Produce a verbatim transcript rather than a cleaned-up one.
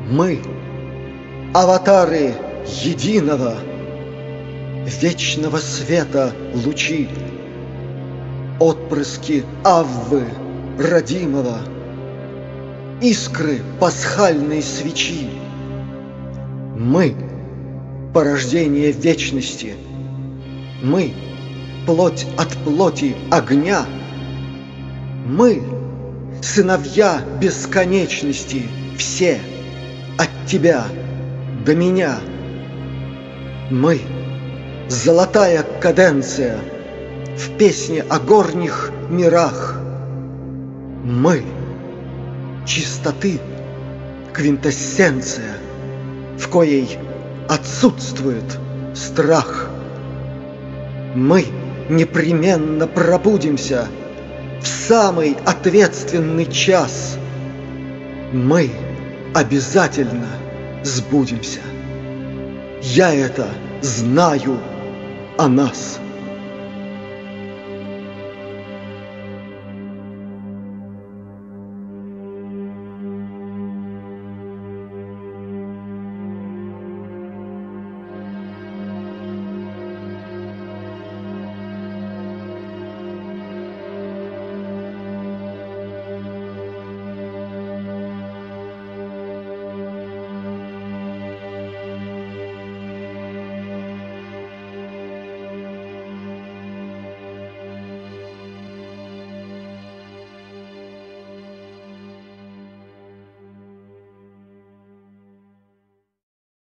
Мы — аватары единого, вечного света лучи, отпрыски Аввы родимого, искры пасхальной свечи. Мы — порождение вечности, мы — плоть от плоти огня, мы — сыновья бесконечности, все от тебя до меня. Мы — золотая каденция в песне о горних мирах. Мы — чистоты квинтэссенция, в коей отсутствует страх. Мы непременно пробудимся в самый ответственный час. Мы обязательно сбудемся. Я это знаю о нас.